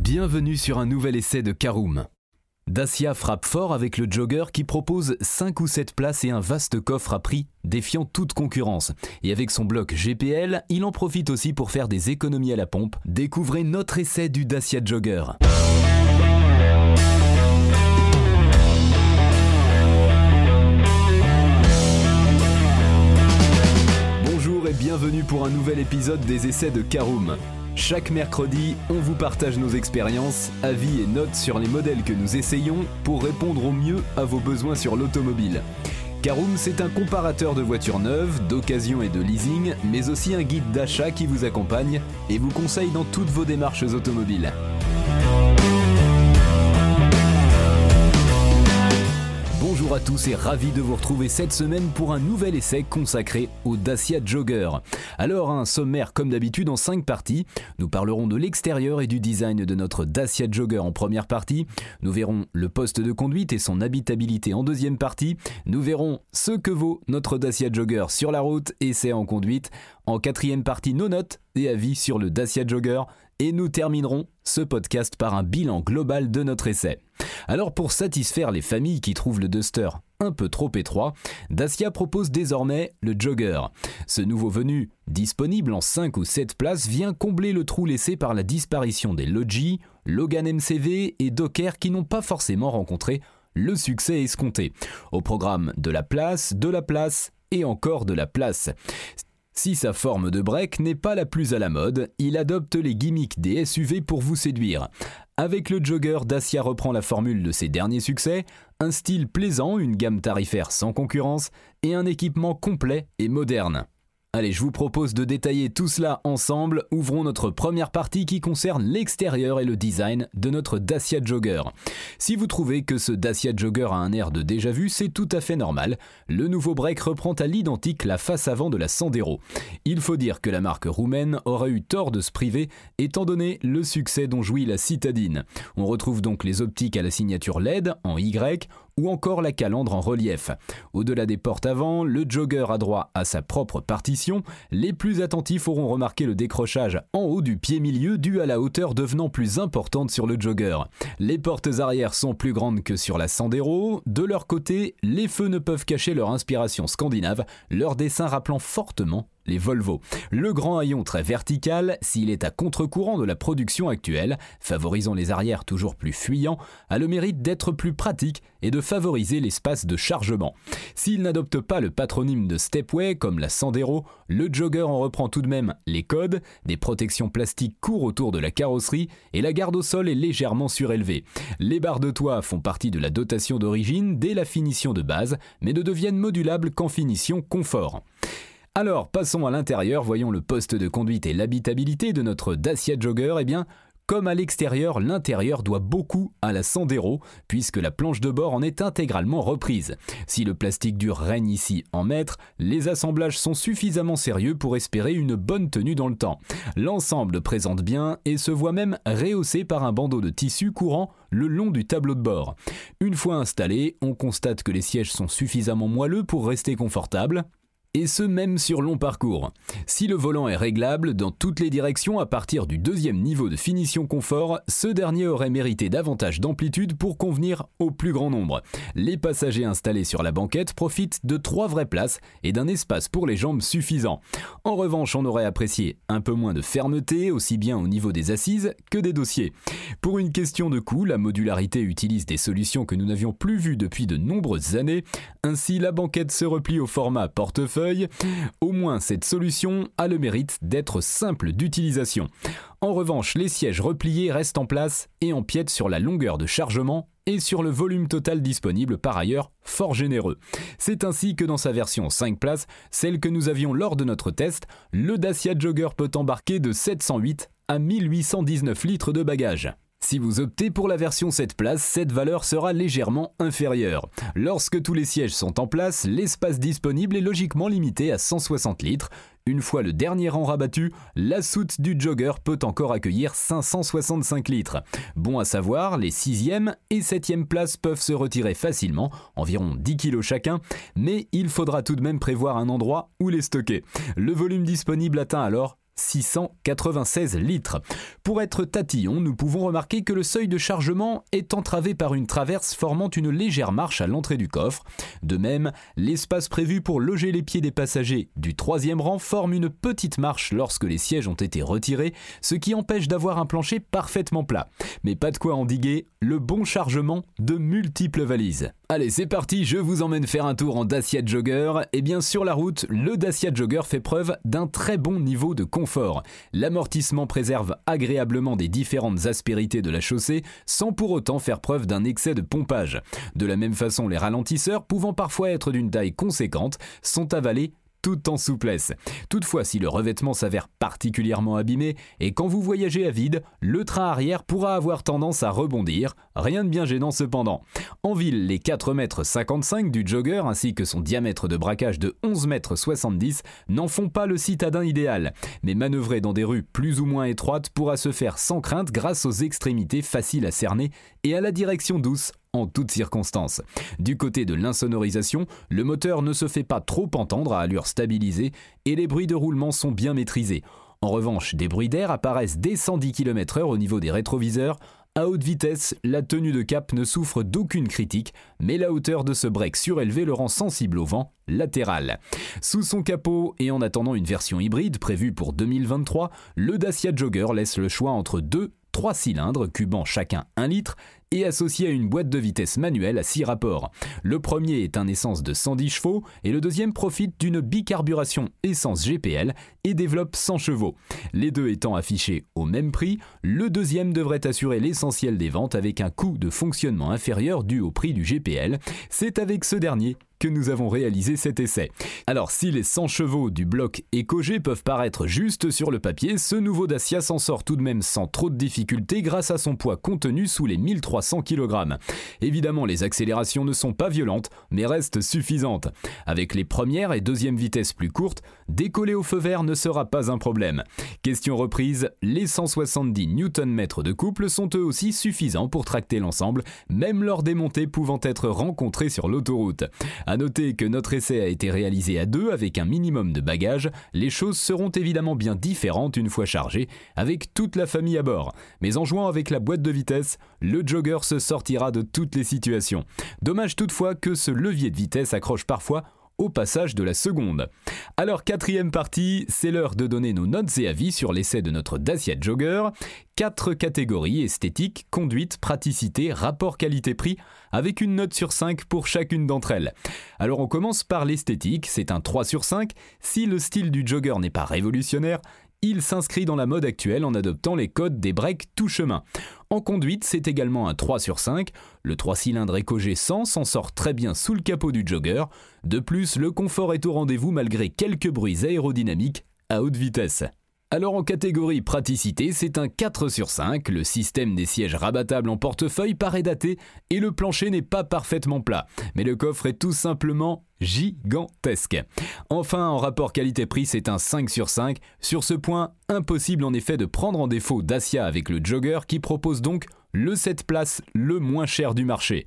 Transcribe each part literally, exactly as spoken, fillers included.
Bienvenue sur un nouvel essai de Caroom. Dacia frappe fort avec le Jogger qui propose cinq ou sept places et un vaste coffre à prix défiant toute concurrence. Et avec son bloc G P L, il en profite aussi pour faire des économies à la pompe. Découvrez notre essai du Dacia Jogger. Bonjour et bienvenue pour un nouvel épisode des essais de Caroom. Chaque mercredi, on vous partage nos expériences, avis et notes sur les modèles que nous essayons pour répondre au mieux à vos besoins sur l'automobile. Caroom, c'est un comparateur de voitures neuves, d'occasion et de leasing, mais aussi un guide d'achat qui vous accompagne et vous conseille dans toutes vos démarches automobiles. Bonjour à tous et ravi de vous retrouver cette semaine pour un nouvel essai consacré au Dacia Jogger. Alors un sommaire comme d'habitude en cinq parties. Nous parlerons de l'extérieur et du design de notre Dacia Jogger en première partie. Nous verrons le poste de conduite et son habitabilité en deuxième partie. Nous verrons ce que vaut notre Dacia Jogger sur la route et c'est en conduite. En quatrième partie, nos notes et avis sur le Dacia Jogger. Et nous terminerons ce podcast par un bilan global de notre essai. Alors pour satisfaire les familles qui trouvent le Duster un peu trop étroit, Dacia propose désormais le Jogger. Ce nouveau venu, disponible en cinq ou sept places, vient combler le trou laissé par la disparition des Logi, Logan M C V et Docker qui n'ont pas forcément rencontré le succès escompté. Au programme de la place, de la place et encore de la place. Si sa forme de break n'est pas la plus à la mode, il adopte les gimmicks des S U V pour vous séduire. Avec le Jogger, Dacia reprend la formule de ses derniers succès, un style plaisant, une gamme tarifaire sans concurrence et un équipement complet et moderne. Allez, je vous propose de détailler tout cela ensemble. Ouvrons notre première partie qui concerne l'extérieur et le design de notre Dacia Jogger. Si vous trouvez que ce Dacia Jogger a un air de déjà-vu, c'est tout à fait normal. Le nouveau break reprend à l'identique la face avant de la Sandero. Il faut dire que la marque roumaine aurait eu tort de se priver étant donné le succès dont jouit la citadine. On retrouve donc les optiques à la signature L E D en Y, ou encore la calandre en relief. Au-delà des portes avant, le Jogger a droit à sa propre partition. Les plus attentifs auront remarqué le décrochage en haut du pied milieu dû à la hauteur devenant plus importante sur le Jogger. Les portes arrière sont plus grandes que sur la Sandero. De leur côté, les feux ne peuvent cacher leur inspiration scandinave, leur dessin rappelant fortement les Volvo. Le grand haillon très vertical, s'il est à contre-courant de la production actuelle, favorisant les arrières toujours plus fuyants, a le mérite d'être plus pratique et de favoriser l'espace de chargement. S'il n'adopte pas le patronyme de Stepway comme la Sandero, le Jogger en reprend tout de même les codes, des protections plastiques courent autour de la carrosserie et la garde au sol est légèrement surélevée. Les barres de toit font partie de la dotation d'origine dès la finition de base, mais ne deviennent modulables qu'en finition confort. Alors, passons à l'intérieur, voyons le poste de conduite et l'habitabilité de notre Dacia Jogger. Eh bien, comme à l'extérieur, l'intérieur doit beaucoup à la Sandero, puisque la planche de bord en est intégralement reprise. Si le plastique dur règne ici en maître, les assemblages sont suffisamment sérieux pour espérer une bonne tenue dans le temps. L'ensemble présente bien et se voit même rehaussé par un bandeau de tissu courant le long du tableau de bord. Une fois installé, on constate que les sièges sont suffisamment moelleux pour rester confortables, et ce même sur long parcours. Si le volant est réglable dans toutes les directions à partir du deuxième niveau de finition confort, ce dernier aurait mérité davantage d'amplitude pour convenir au plus grand nombre. Les passagers installés sur la banquette profitent de trois vraies places et d'un espace pour les jambes suffisant. En revanche, on aurait apprécié un peu moins de fermeté, aussi bien au niveau des assises que des dossiers. Pour une question de coût, la modularité utilise des solutions que nous n'avions plus vues depuis de nombreuses années. Ainsi, la banquette se replie au format portefeuille. Au moins, cette solution a le mérite d'être simple d'utilisation. En revanche, les sièges repliés restent en place et empiètent sur la longueur de chargement et sur le volume total disponible, par ailleurs fort généreux. C'est ainsi que dans sa version cinq places, celle que nous avions lors de notre test, le Dacia Jogger peut embarquer de sept cent huit à mille huit cent dix-neuf litres de bagages. Si vous optez pour la version sept places, cette valeur sera légèrement inférieure. Lorsque tous les sièges sont en place, l'espace disponible est logiquement limité à cent soixante litres. Une fois le dernier rang rabattu, la soute du Jogger peut encore accueillir cinq cent soixante-cinq litres. Bon à savoir, les sixième et septième places peuvent se retirer facilement, environ dix kilos chacun, mais il faudra tout de même prévoir un endroit où les stocker. Le volume disponible atteint alors six cent quatre-vingt-seize litres. Pour être tatillon, nous pouvons remarquer que le seuil de chargement est entravé par une traverse formant une légère marche à l'entrée du coffre. De même, l'espace prévu pour loger les pieds des passagers du troisième rang forme une petite marche lorsque les sièges ont été retirés, ce qui empêche d'avoir un plancher parfaitement plat. Mais pas de quoi endiguer le bon chargement de multiples valises. Allez, c'est parti, je vous emmène faire un tour en Dacia Jogger. Et bien sur la route, le Dacia Jogger fait preuve d'un très bon niveau de confort. L'amortissement préserve agréablement des différentes aspérités de la chaussée sans pour autant faire preuve d'un excès de pompage. De la même façon, les ralentisseurs, pouvant parfois être d'une taille conséquente, sont avalés tout en souplesse. Toutefois, si le revêtement s'avère particulièrement abîmé et quand vous voyagez à vide, le train arrière pourra avoir tendance à rebondir, rien de bien gênant cependant. En ville, les quatre mètres cinquante-cinq du Jogger ainsi que son diamètre de braquage de onze mètres soixante-dix n'en font pas le citadin idéal, mais manœuvrer dans des rues plus ou moins étroites pourra se faire sans crainte grâce aux extrémités faciles à cerner et à la direction douce en toutes circonstances. Du côté de l'insonorisation, le moteur ne se fait pas trop entendre à allure stabilisée et les bruits de roulement sont bien maîtrisés. En revanche, des bruits d'air apparaissent dès cent dix kilomètres heure au niveau des rétroviseurs. À haute vitesse, la tenue de cap ne souffre d'aucune critique, mais la hauteur de ce break surélevé le rend sensible au vent latéral. Sous son capot et en attendant une version hybride prévue pour deux mille vingt-trois, le Dacia Jogger laisse le choix entre deux, trois cylindres cubant chacun un litre et associé à une boîte de vitesse manuelle à six rapports. Le premier est un essence de cent dix chevaux et le deuxième profite d'une bicarburation essence G P L et développe cent chevaux. Les deux étant affichés au même prix, le deuxième devrait assurer l'essentiel des ventes avec un coût de fonctionnement inférieur dû au prix du G P L. C'est avec ce dernier que nous avons réalisé cet essai. Alors si les cent chevaux du bloc EcoG peuvent paraître justes sur le papier, ce nouveau Dacia s'en sort tout de même sans trop de difficultés grâce à son poids contenu sous les mille trois cents kilogrammes. Évidemment, les accélérations ne sont pas violentes, mais restent suffisantes. Avec les première et deuxième vitesses plus courtes, décoller au feu vert ne sera pas un problème. Question reprise, les cent soixante-dix newton-mètres de couple sont eux aussi suffisants pour tracter l'ensemble, même lors des montées pouvant être rencontrées sur l'autoroute. A noter que notre essai a été réalisé à deux avec un minimum de bagages, les choses seront évidemment bien différentes une fois chargées, avec toute la famille à bord. Mais en jouant avec la boîte de vitesse, le Jogger se sortira de toutes les situations. Dommage toutefois que ce levier de vitesse accroche parfois au passage de la seconde. Alors quatrième partie, c'est l'heure de donner nos notes et avis sur l'essai de notre Dacia Jogger. Quatre catégories: esthétique, conduite, praticité, rapport qualité-prix, avec une note sur cinq pour chacune d'entre elles. Alors on commence par l'esthétique, c'est un trois sur cinq. Si le style du Jogger n'est pas révolutionnaire, il s'inscrit dans la mode actuelle en adoptant les codes des breaks tout chemin. En conduite, c'est également un trois sur cinq. Le trois cylindres EcoG cent s'en sort très bien sous le capot du Jogger. De plus, le confort est au rendez-vous malgré quelques bruits aérodynamiques à haute vitesse. Alors en catégorie praticité, c'est un quatre sur cinq, le système des sièges rabattables en portefeuille paraît daté et le plancher n'est pas parfaitement plat, mais le coffre est tout simplement gigantesque. Enfin, en rapport qualité-prix, c'est un cinq sur cinq. Sur ce point, impossible en effet de prendre en défaut Dacia avec le Jogger qui propose donc le sept places le moins cher du marché.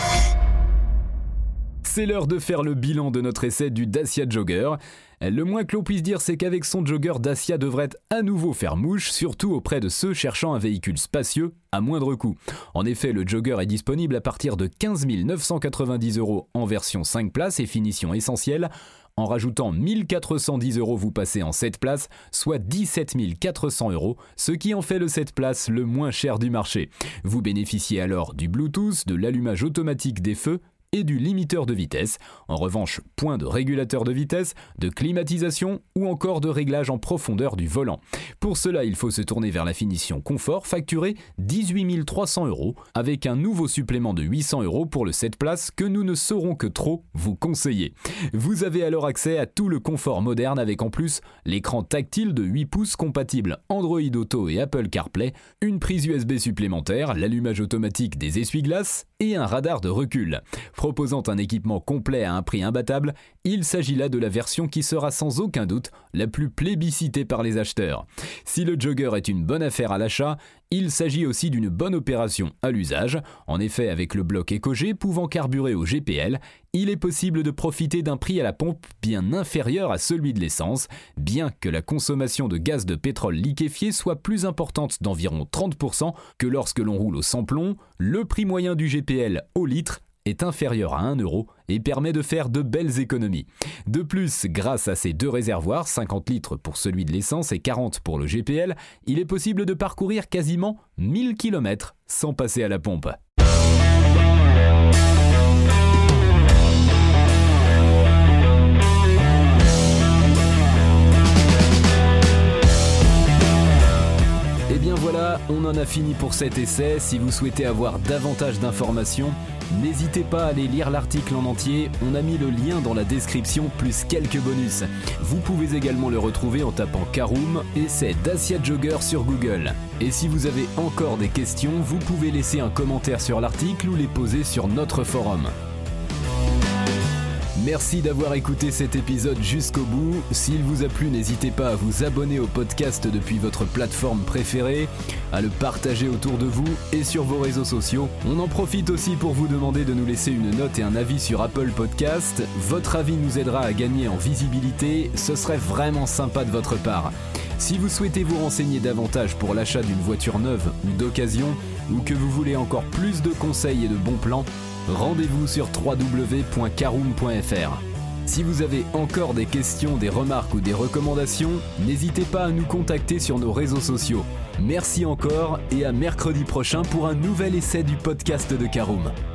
C'est l'heure de faire le bilan de notre essai du Dacia Jogger. Le moins que l'on puisse dire, c'est qu'avec son Jogger, Dacia devrait à nouveau faire mouche, surtout auprès de ceux cherchant un véhicule spacieux à moindre coût. En effet, le Jogger est disponible à partir de quinze mille neuf cent quatre-vingt-dix euros en version cinq places et finition essentielle. En rajoutant mille quatre cent dix euros, vous passez en sept places, soit dix-sept mille quatre cents euros, ce qui en fait le sept places le moins cher du marché. Vous bénéficiez alors du Bluetooth, de l'allumage automatique des feux, et du limiteur de vitesse. En revanche, point de régulateur de vitesse, de climatisation ou encore de réglage en profondeur du volant. Pour cela, il faut se tourner vers la finition confort, facturée dix-huit mille trois cents euros, avec un nouveau supplément de huit cents euros pour le sept places que nous ne saurons que trop vous conseiller. Vous avez alors accès à tout le confort moderne avec en plus l'écran tactile de huit pouces compatible Android Auto et Apple CarPlay, une prise U S B supplémentaire, l'allumage automatique des essuie-glaces et un radar de recul. Proposant un équipement complet à un prix imbattable, il s'agit là de la version qui sera sans aucun doute la plus plébiscitée par les acheteurs. Si le Jogger est une bonne affaire à l'achat, Il s'agit aussi d'une bonne opération à l'usage. En effet, avec le bloc EcoG pouvant carburer au G P L, il est possible de profiter d'un prix à la pompe bien inférieur à celui de l'essence, bien que la consommation de gaz de pétrole liquéfié soit plus importante d'environ trente pour cent que lorsque l'on roule au sans-plomb. Le prix moyen du G P L au litre est inférieur à un euro et permet de faire de belles économies. De plus, grâce à ces deux réservoirs, cinquante litres pour celui de l'essence et quarante pour le G P L, il est possible de parcourir quasiment mille kilomètres sans passer à la pompe. Et bien voilà, on en a fini pour cet essai. Si vous souhaitez avoir davantage d'informations, n'hésitez pas à aller lire l'article en entier, on a mis le lien dans la description plus quelques bonus. Vous pouvez également le retrouver en tapant Caroom, essai Dacia Jogger sur Google. Et si vous avez encore des questions, vous pouvez laisser un commentaire sur l'article ou les poser sur notre forum. Merci d'avoir écouté cet épisode jusqu'au bout. S'il vous a plu, n'hésitez pas à vous abonner au podcast depuis votre plateforme préférée, à le partager autour de vous et sur vos réseaux sociaux. On en profite aussi pour vous demander de nous laisser une note et un avis sur Apple Podcast. Votre avis nous aidera à gagner en visibilité, ce serait vraiment sympa de votre part. Si vous souhaitez vous renseigner davantage pour l'achat d'une voiture neuve ou d'occasion, ou que vous voulez encore plus de conseils et de bons plans, rendez-vous sur w w w point caroom point f r. Si vous avez encore des questions, des remarques ou des recommandations, n'hésitez pas à nous contacter sur nos réseaux sociaux. Merci encore et à mercredi prochain pour un nouvel essai du podcast de Caroom.